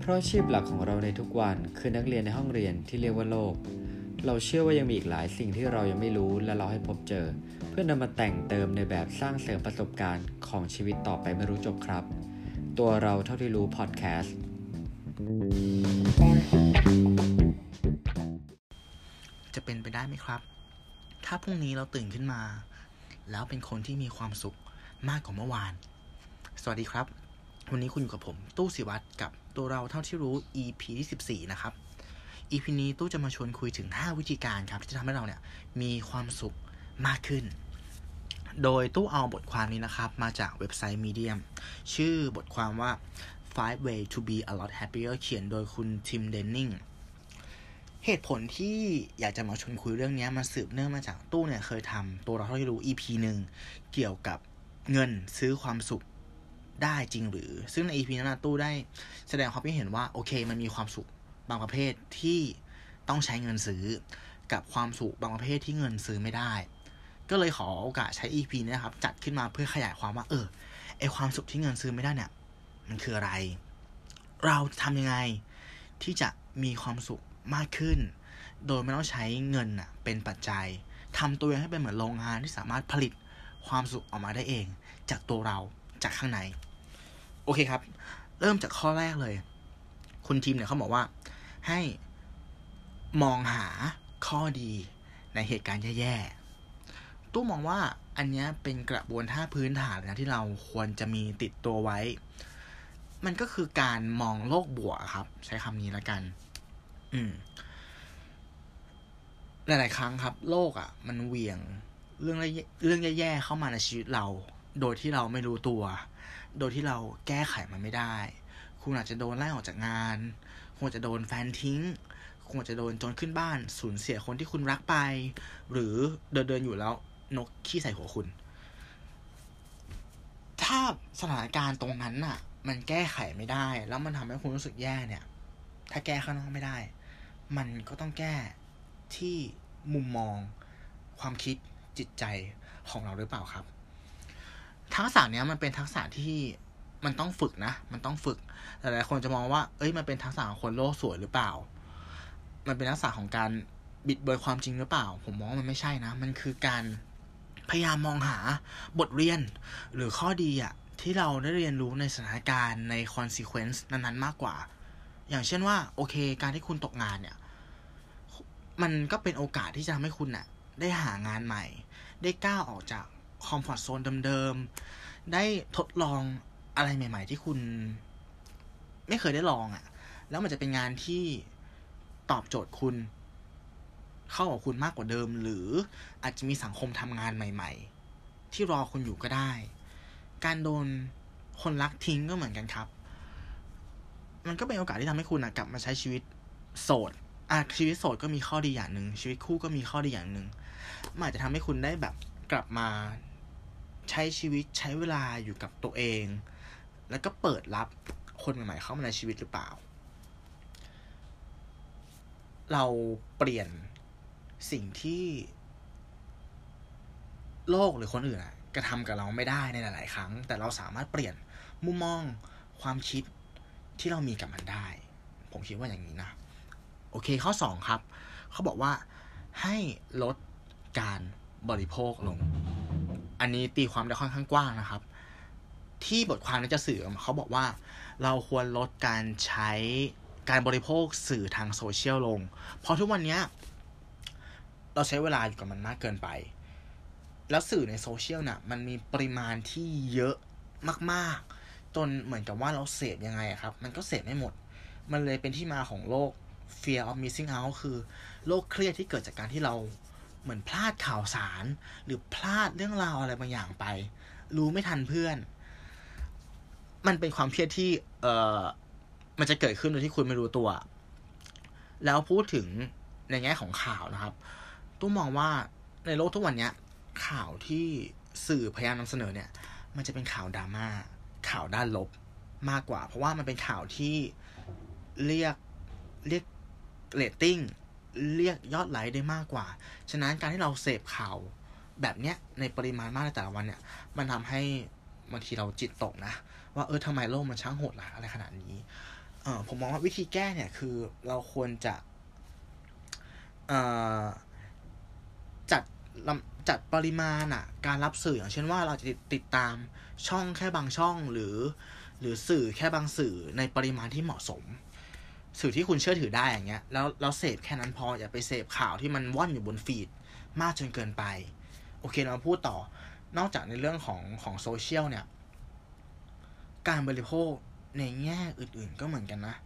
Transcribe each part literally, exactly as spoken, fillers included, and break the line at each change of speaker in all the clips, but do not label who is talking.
ราะอาชีพหลักของเราในทุกวันคือนักเรียนในห้องเรียนที่เรียกว่าโลกเราเชื่อว่ายังมีอีกหลายสิ่งที่เรายังไม่รู้และเราให้พบเจอเพื่อนำมาแต่งเติมในแบบสร้างเสริมประสบการณ์ของชีวิตต่อไปไม่รู้จบครับตัวเราเท่าที่รู้พอดแคสต์
จะเป็นไปได้ไหมครับถ้าพรุ่งนี้เราตื่นขึ้นมาแล้วเป็นคนที่มีความสุขมากกว่าเมื่อวานสวัสดีครับวันนี้คุณอยู่กับผมตู้ศิวัตรกับตัวเราเท่าที่รู้ อี พี ที่สิบสี่นะครับ อี พี นี้ตู้จะมาชวนคุยถึงห้าวิธีการครับที่จะทำให้เราเนี่ยมีความสุขมากขึ้นโดยตู้เอาบทความนี้นะครับมาจากเว็บไซต์ Medium ชื่อบทความว่า five ways to be a lot happier เขียนโดยคุณทิมเดนนิงเหตุผลที่อยากจะมาชวนคุยเรื่องนี้มันสืบเนื่องมาจากตู้เนี่ยเคยทำตัวเราเท่าที่รู้ อี พี หนึ่งเกี่ยวกับเงินซื้อความสุขได้จริงหรือซึ่งใน อี พี นั้นนะตู้ได้แสดงความคิดเห็นว่าโอเคมันมีความสุขบางประเภทที่ต้องใช้เงินซื้อกับความสุขบางประเภทที่เงินซื้อไม่ได้ก็เลยขอโอกาสใช้ อี พี นี้นะครับจัดขึ้นมาเพื่อขยายความว่าเออไอความสุขที่เงินซื้อไม่ได้เนี่ยมันคืออะไรเราทำยังไงที่จะมีความสุขมากขึ้นโดยไม่ต้องใช้เงินน่ะเป็นปัจจัยทำตัวเองให้เป็นเหมือนโรงงานที่สามารถผลิตความสุขออกมาได้เองจากตัวเราจากข้างในโอเคครับเริ่มจากข้อแรกเลยคุณทีมเนี่ยเขาบอกว่าให้มองหาข้อดีในเหตุการณ์แย่ๆตู้มองว่าอันนี้เป็นกระบวนท่าพื้นฐานเลยนะที่เราควรจะมีติดตัวไว้มันก็คือการมองโลกบวกครับใช้คำนี้ละกันอืมหลายๆครั้งครับโลกอ่ะมันเหวี่ยงเรื่องเรื่องแย่ๆเข้ามาในชีวิตเราโดยที่เราไม่รู้ตัวโดยที่เราแก้ไขมันไม่ได้คุณอาจจะโดนไล่ออกจากงานคุณอาจจะโดนแฟนทิ้งคุณอาจจะโดนโจรขึ้นบ้านสูญเสียคนที่คุณรักไปหรือเดินเดินอยู่แล้วนกขี้ใส่หัวคุณถ้าสถานการณ์ตรงนั้นน่ะมันแก้ไขไม่ได้แล้วมันทำให้คุณรู้สึกแย่เนี่ยถ้าแก้ข้างนอกไม่ได้มันก็ต้องแก้ที่มุมมองความคิดจิตใจของเราหรือเปล่าครับทักษะเนี้ยมันเป็นทักษะที่มันต้องฝึกนะมันต้องฝึกหลายๆคนจะมองว่าเอ้ยมันเป็นทักษะของคนโลกสวยหรือเปล่ามันเป็นทักษะของการบิดเบือนความจริงหรือเปล่าผมมองว่ามันไม่ใช่นะมันคือการพยายามมองหาบทเรียนหรือข้อดีอะที่เราได้เรียนรู้ในสถานการณ์ใน consequence นั้นๆมากกว่าอย่างเช่นว่าโอเคการที่คุณตกงานเนี่ยมันก็เป็นโอกาสที่จะทำให้คุณน่ะได้หางานใหม่ได้ก้าวออกจากคอมฟอร์ตโซนเดิมๆได้ทดลองอะไรใหม่ๆที่คุณไม่เคยได้ลองอ่ะแล้วมันจะเป็นงานที่ตอบโจทย์คุณเข้ากับคุณมากกว่าเดิมหรืออาจจะมีสังคมทำงานใหม่ๆที่รอคุณอยู่ก็ได้การโดนคนรักทิ้งก็เหมือนกันครับมันก็เป็นโอกาสที่ทำให้คุณกลับมาใช้ชีวิตโสดอ่ะชีวิตโสดก็มีข้อดีอย่างหนึ่งชีวิตคู่ก็มีข้อดีอย่างหนึ่งมันอาจจะทำให้คุณได้แบบกลับมาใช้ชีวิตใช้เวลาอยู่กับตัวเองแล้วก็เปิดรับคนใหม่ๆเข้ามาในชีวิตหรือเปล่าเราเปลี่ยนสิ่งที่โลกหรือคนอื่นกระทำกับเราไม่ได้ในหลายๆครั้งแต่เราสามารถเปลี่ยนมุมมองความคิดที่เรามีกับมันได้ผมคิดว่าอย่างนี้นะโอเคข้อสองครับเขาบอกว่าให้ลดการบริโภคลงอันนี้ตีความได้ค่อนข้างกว้างนะครับที่บทความนี้จะสื่อเขาบอกว่าเราควรลดการใช้การบริโภคสื่อทางโซเชียลลงเพราะทุกวันนี้เราใช้เวลาอยู่กับมันมากเกินไปแล้วสื่อในโซเชียลน่ะมันมีปริมาณที่เยอะมากๆจนเหมือนกับว่าเราเสพยังไงครับมันก็เสพไม่หมดมันเลยเป็นที่มาของโรค fear of missing out คือโรคเครียดที่เกิดจากการที่เราเหมือนพลาดข่าวสารหรือพลาดเรื่องราวอะไรบางอย่างไปรู้ไม่ทันเพื่อนมันเป็นความเครียดที่เอ่อมันจะเกิดขึ้นโดยที่คุณไม่รู้ตัวแล้วพูดถึงในแง่ของข่าวนะครับตู้มองว่าในโลกทุกวันนี้ข่าวที่สื่อพยายามนำเสนอเนี่ยมันจะเป็นข่าวดราม่าข่าวด้านลบมากกว่าเพราะว่ามันเป็นข่าวที่เรียกเรียกเรตติ้งเรียกยอดไลค์ได้มากกว่าฉะนั้นการที่เราเสพข่าวแบบเนี้ยในปริมาณมากในแต่ละวันเนี่ยมันทำให้บางทีเราจิตตกนะว่าเออทำไมโลกมันช่างโหดร้ายอะไรขนาดนี้เอ่อผมมองว่าวิธีแก้เนี่ยคือเราควรจะเอ่อจัดจัดปริมาณอ่ะการรับสื่ออย่างเช่นว่าเราจะติดตามช่องแค่บางช่องหรือหรือสื่อแค่บางสื่อในปริมาณที่เหมาะสมสื่อที่คุณเชื่อถือได้อย่างเงี้ยแล้วเราเสพแค่นั้นพออย่าไปเสพข่าวที่มันว่อนอยู่บนฟีดมากจนเกินไปโอเคเรามาพูดต่อนอกจากในเรื่องของของโซเชียลเนี่ยการบริโภคในแง่อื่นๆก็เหมือนกันนะ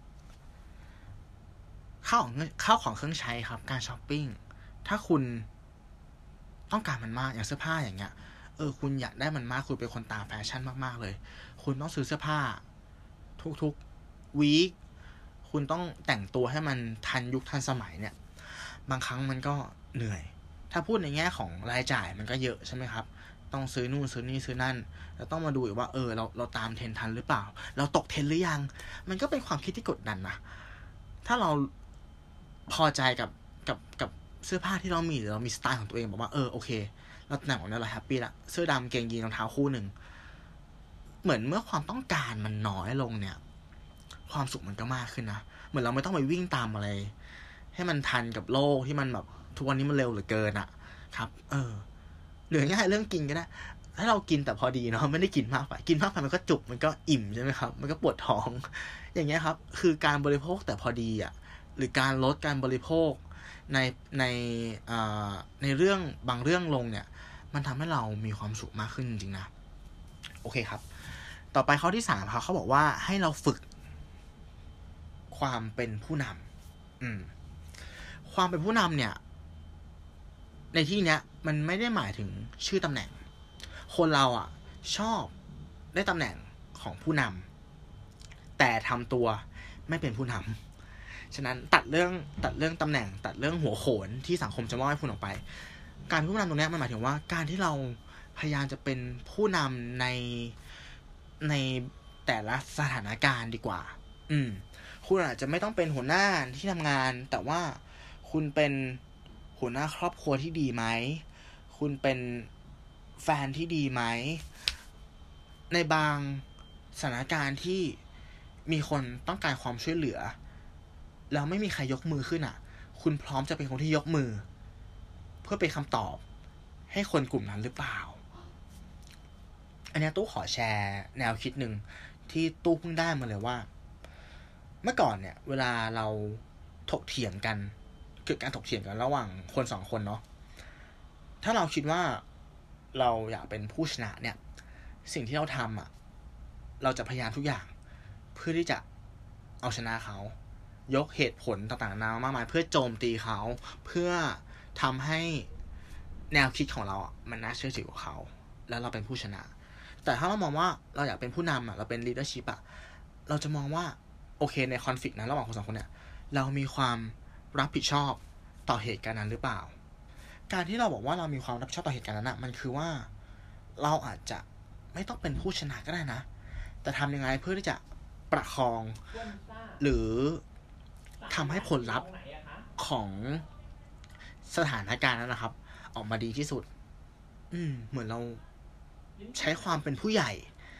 ข้าวของข้าวของเครื่องใช้ครับการช้อปปิ้งถ้าคุณต้องการมันมากอย่างเสื้อผ้าอย่างเงี้ยเออคุณอยากได้มันมากคุณเป็นคนตามแฟชั่นมากๆเลยคุณต้องซื้อเสื้อผ้าทุกๆวีคคุณต้องแต่งตัวให้มันทันยุคทันสมัยเนี่ยบางครั้งมันก็เหนื่อยถ้าพูดในแง่ของรายจ่ายมันก็เยอะใช่ไหมครับต้องซื้อนู่นซื้อนี่ซื้อนั่นแล้วต้องมาดูอีกว่าเออเราเราตามเทรนทันหรือเปล่าเราตกเทรนหรือยังมันก็เป็นความคิดที่กดดันนะถ้าเราพอใจกับกับกับเสื้อผ้าที่เรามีหรือเรามีสไตล์ของตัวเองบอกว่าเออโอเคเราแต่งออกมาเราแฮปปี้ละเสื้อดำเกงยีนรองเท้าคู่หนึ่งเหมือนเมื่อความต้องการมันน้อยลงเนี่ยความสุขมันก็มากขึ้นนะเหมือนเราไม่ต้องไปวิ่งตามอะไรให้มันทันกับโลกที่มันแบบทุกวันนี้มันเร็วเหลือเกินอะครับเออหรือง่ายเรื่องกินก็ได้ถ้าเรากินแต่พอดีเนาะไม่ได้กินมากไปกินมากไปมันก็จุกมันก็อิ่มใช่ไหมครับมันก็ปวดท้องอย่างเงี้ยครับคือการบริโภคแต่พอดีอ่ะหรือการลดการบริโภคในในอ่าในเรื่องบางเรื่องลงเนี่ยมันทำให้เรามีความสุขมากขึ้นจริงๆนะโอเคครับต่อไปข้อที่สามครับเขาบอกว่าให้เราฝึกความเป็นผู้นำอืมความเป็นผู้นำเนี่ยในที่เนี้ยมันไม่ได้หมายถึงชื่อตำแหน่งคนเราอ่ะชอบได้ตำแหน่งของผู้นำแต่ทำตัวไม่เป็นผู้นำฉะนั้นตัดเรื่องตัดเรื่องตำแหน่งตัดเรื่องหัวโขนที่สังคมจะมอบให้คุณออกไปการเป็นผู้นำตรงนี้มันหมายถึงว่าการที่เราพยายามจะเป็นผู้นำในในแต่ละสถานการณ์ดีกว่าอืมคุณอาจจะไม่ต้องเป็นหัวหน้าที่ทำงานแต่ว่าคุณเป็นหัวหน้าครอบครัวที่ดีไหมคุณเป็นแฟนที่ดีไหมในบางสถานการณ์ที่มีคนต้องการความช่วยเหลือแล้วไม่มีใครยกมือขึ้นอ่ะคุณพร้อมจะเป็นคนที่ยกมือเพื่อเป็นคำตอบให้คนกลุ่มนั้นหรือเปล่าอันนี้ตู้ขอแชร์แนวคิดหนึ่งที่ตู้เพิ่งได้มาเลยว่าเมื่อก่อนเนี่ยเวลาเราถกเถียงกันเกิดการถกเถียงกันระหว่างคนสองคนเนาะถ้าเราคิดว่าเราอยากเป็นผู้ชนะเนี่ยสิ่งที่เราทำอ่ะเราจะพยายามทุกอย่างเพื่อที่จะเอาชนะเขายกเหตุผลต่างๆนามากมายเพื่อโจมตีเขาเพื่อทำให้แนวคิดของเราอ่ะมันน่าเชื่อถือกว่าเขาแล้วเราเป็นผู้ชนะแต่ถ้าเรามองว่าเราอยากเป็นผู้นำอ่ะเราเป็น leadership อ่ะเราจะมองว่าโอเคในคอนฟลิกต์นั้นระหว่างคนสองคนเนี่ยเรามีความรับผิดชอบต่อเหตุการณ์นั้นหรือเปล่าการที่เราบอกว่าเรามีความรับผิดชอบต่อเหตุการณ์นั้นอ่ะมันคือว่าเราอาจจะไม่ต้องเป็นผู้ชนะก็ได้นะแต่ทำยังไงเพื่อที่จะประคองหรือทำให้ผลลัพธ์ของสถานการณ์นั้นนะครับออกมาดีที่สุดอืมเหมือนเราใช้ความเป็นผู้ใหญ่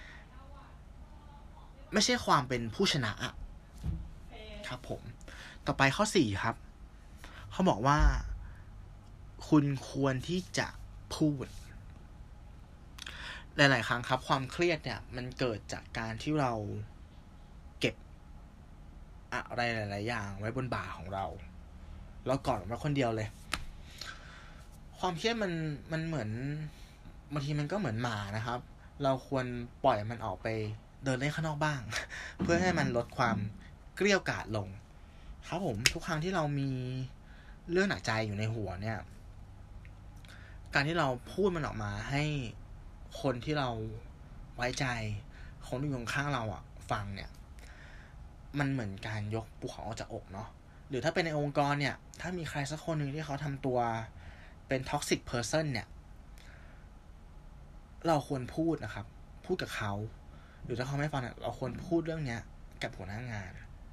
ไม่ใช่ความเป็นผู้ชนะอ่ะครับผมต่อไปข้อสี่ครับเขาบอกว่าคุณควรที่จะพูดหลายๆครั้งครับความเครียดเนี่ยมันเกิดจากการที่เราเก็บอะไรหลายๆอย่างไว้บนบ่าของเราแล้วกอดไว้คนเดียวเลยความเครียดมันมันเหมือนบางทีมันก็เหมือนหมานะครับเราควรปล่อยมันออกไปเดินเล่นข้างนอกบ้างเพื่อให้มันลดความเกรี้ยวกราดลงครับผมทุกครั้งที่เรามีเรื่องหนักใจอยู่ในหัวเนี่ยการที่เราพูดมันออกมาให้คนที่เราไว้ใจคนที่อยู่ข้างเราอ่ะฟังเนี่ยมันเหมือนการยกภูเขาออกจากอกเนาะหรือถ้าเป็นในองค์กรเนี่ยถ้ามีใครสักคนหนึ่งที่เขาทำตัวเป็น toxic person เนี่ยเราควรพูดนะครับพูดกับเขาหรือถ้าเขาไม่ฟังเนี่ยเราควรพูดเรื่องนี้กับหัวหน้างาน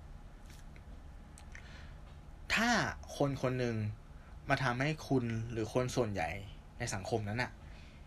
ถ้าคนคนหนึ่งมาทำให้คุณหรือคนส่วนใหญ่ในสังคมนั้นน่ะ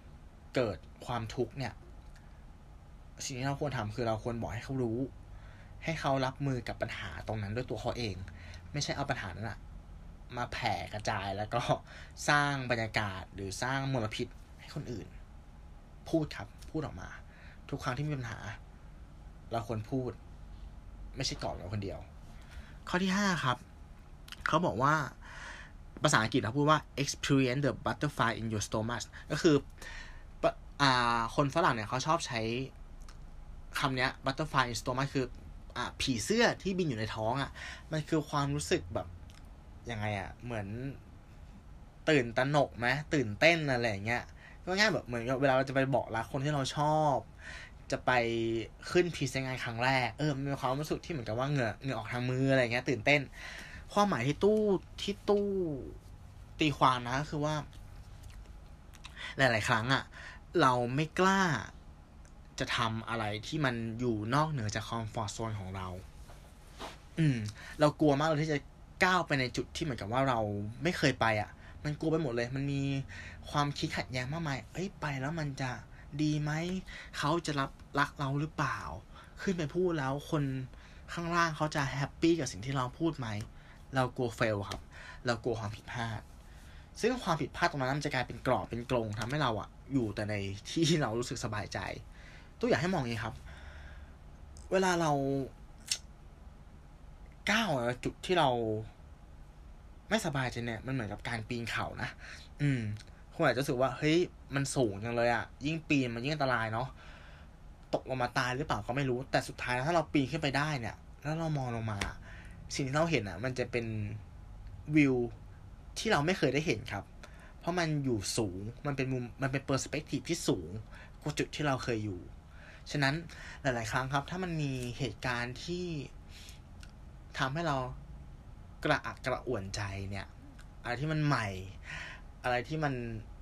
เกิดความทุกข์เนี่ยสิ่งที่เราควรทำคือเราควรบอกให้เขารู้ให้เขารับมือกับปัญหาตรงนั้นด้วยตัวเขาเองไม่ใช่เอาปัญหานั้นอะมาแผ่กระจายแล้วก็สร้างบรรยากาศหรือสร้างมลพิษให้คนอื่นพูดครับพูดออกมาทุกครั้งที่มีปัญหาเราควรพูดไม่ใช่ก่อนเราคนเดียวข้อที่ห้าครับเขาบอกว่าภาษาอังกฤษเขาพูดว่า experience the butterfly in your stomach ก็คืออ่าคนฝรั่งเนี่ยเขาชอบใช้คำนี้ butterfly in stomach คืออ่าผีเสื้อที่บินอยู่ในท้องอ่ะมันคือความรู้สึกแบบยังไงอ่ะเหมือนตื่นตระหนกไหมตื่นเต้นอะไรอย่างเงี้ยก็ง่ายแบบเหมือนเวลาเราจะไปบอกรักคนที่เราชอบจะไปขึ้นพรีเซนต์งานครั้งแรกเออมีความรู้สึกที่เหมือนกับว่าเหงื่อเหงื่อออกทางมืออะไรเงี้ยตื่นเต้นความหมายที่ตู้ที่ตู้ตีความนะคือว่าหลายๆครั้งอ่ะเราไม่กล้าจะทำอะไรที่มันอยู่นอกเหนือจากคอมฟอร์ตโซนของเราอืมเรากลัวมากเลยที่จะก้าวไปในจุดที่เหมือนกับว่าเราไม่เคยไปอ่ะมันกลัวไปหมดเลยมันมีความคิดขัดแย้งมากมายเอ้ยไปแล้วมันจะดีไหมเขาจะรับรักเราหรือเปล่าขึ้นไปพูดแล้วคนข้างล่างเขาจะแฮปปี้กับสิ่งที่เราพูดไหมเรากลัวเฟลครับเรากลัวความผิดพลาดซึ่งความผิดพลาดตรงนั้นมันจะกลายเป็นกรอบเป็นกรงทำให้เราอ่ะอยู่แต่ในที่เรารู้สึกสบายใจตัวอยากให้มองอย่างนี้ครับเวลาเราก้าวจุดที่เราไม่สบายใจเนี่ยมันเหมือนกับการปีนเขานะอืมคุณอาจจะรู้สึกว่าเฮ้ยมันสูงจังเลยอ่ะยิ่งปีนมันยิ่งอันตรายเนาะตกลงมาตายหรือเปล่าก็ไม่รู้แต่สุดท้ายถ้าเราปีนขึ้นไปได้เนี่ยแล้วเรามองลงมาสิ่งที่เราเห็นอ่ะมันจะเป็นวิวที่เราไม่เคยได้เห็นครับเพราะมันอยู่สูงมันเป็นมุมมันเป็นเปอร์สเปกทีฟที่สูงกว่าจุดที่เราเคยอยู่ฉะนั้นหลายๆครั้งครับถ้ามันมีเหตุการณ์ที่ทำให้เรากระอักกระอ่วนใจเนี่ยอะไรที่มันใหม่อะไรที่มัน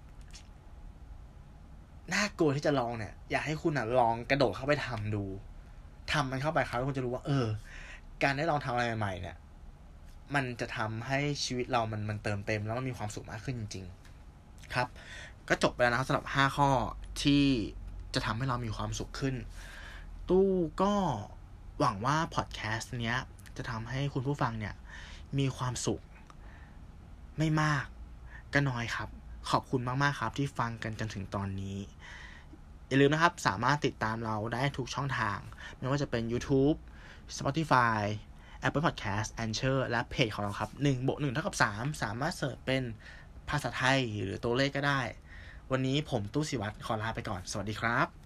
น่ากลัวที่จะลองเนี่ยอยากให้คุณอ่ะลองกระโดดเข้าไปทำดูทำมันเข้าไปครับแล้วคุณจะรู้ว่าเออการได้ลองทำอะไรใหม่ๆเนี่ยมันจะทำให้ชีวิตเรามันมันเติมเต็มแล้วมันมีความสุขมากขึ้นจริงๆครับก็จบไปแล้วนะครับสำหรับห้าข้อที่จะทำให้เรามีความสุขขึ้นตู้ก็หวังว่าพอดแคสต์เนี้ยจะทำให้คุณผู้ฟังเนี่ยมีความสุขไม่มากก็น้อยครับขอบคุณมากๆครับที่ฟังกันจนถึงตอนนี้อย่าลืมนะครับสามารถติดตามเราได้ทุกช่องทางไม่ว่าจะเป็น YouTube Spotify Apple Podcast Anchor และเพจของเราครับหนึ่งบวกหนึ่งเท่ากับสามสามารถเสิร์ชเป็นภาษาไทยหรือตัวเลขก็ได้วันนี้ผมตู้ศิวัตรขอลาไปก่อนสวัสดีครับ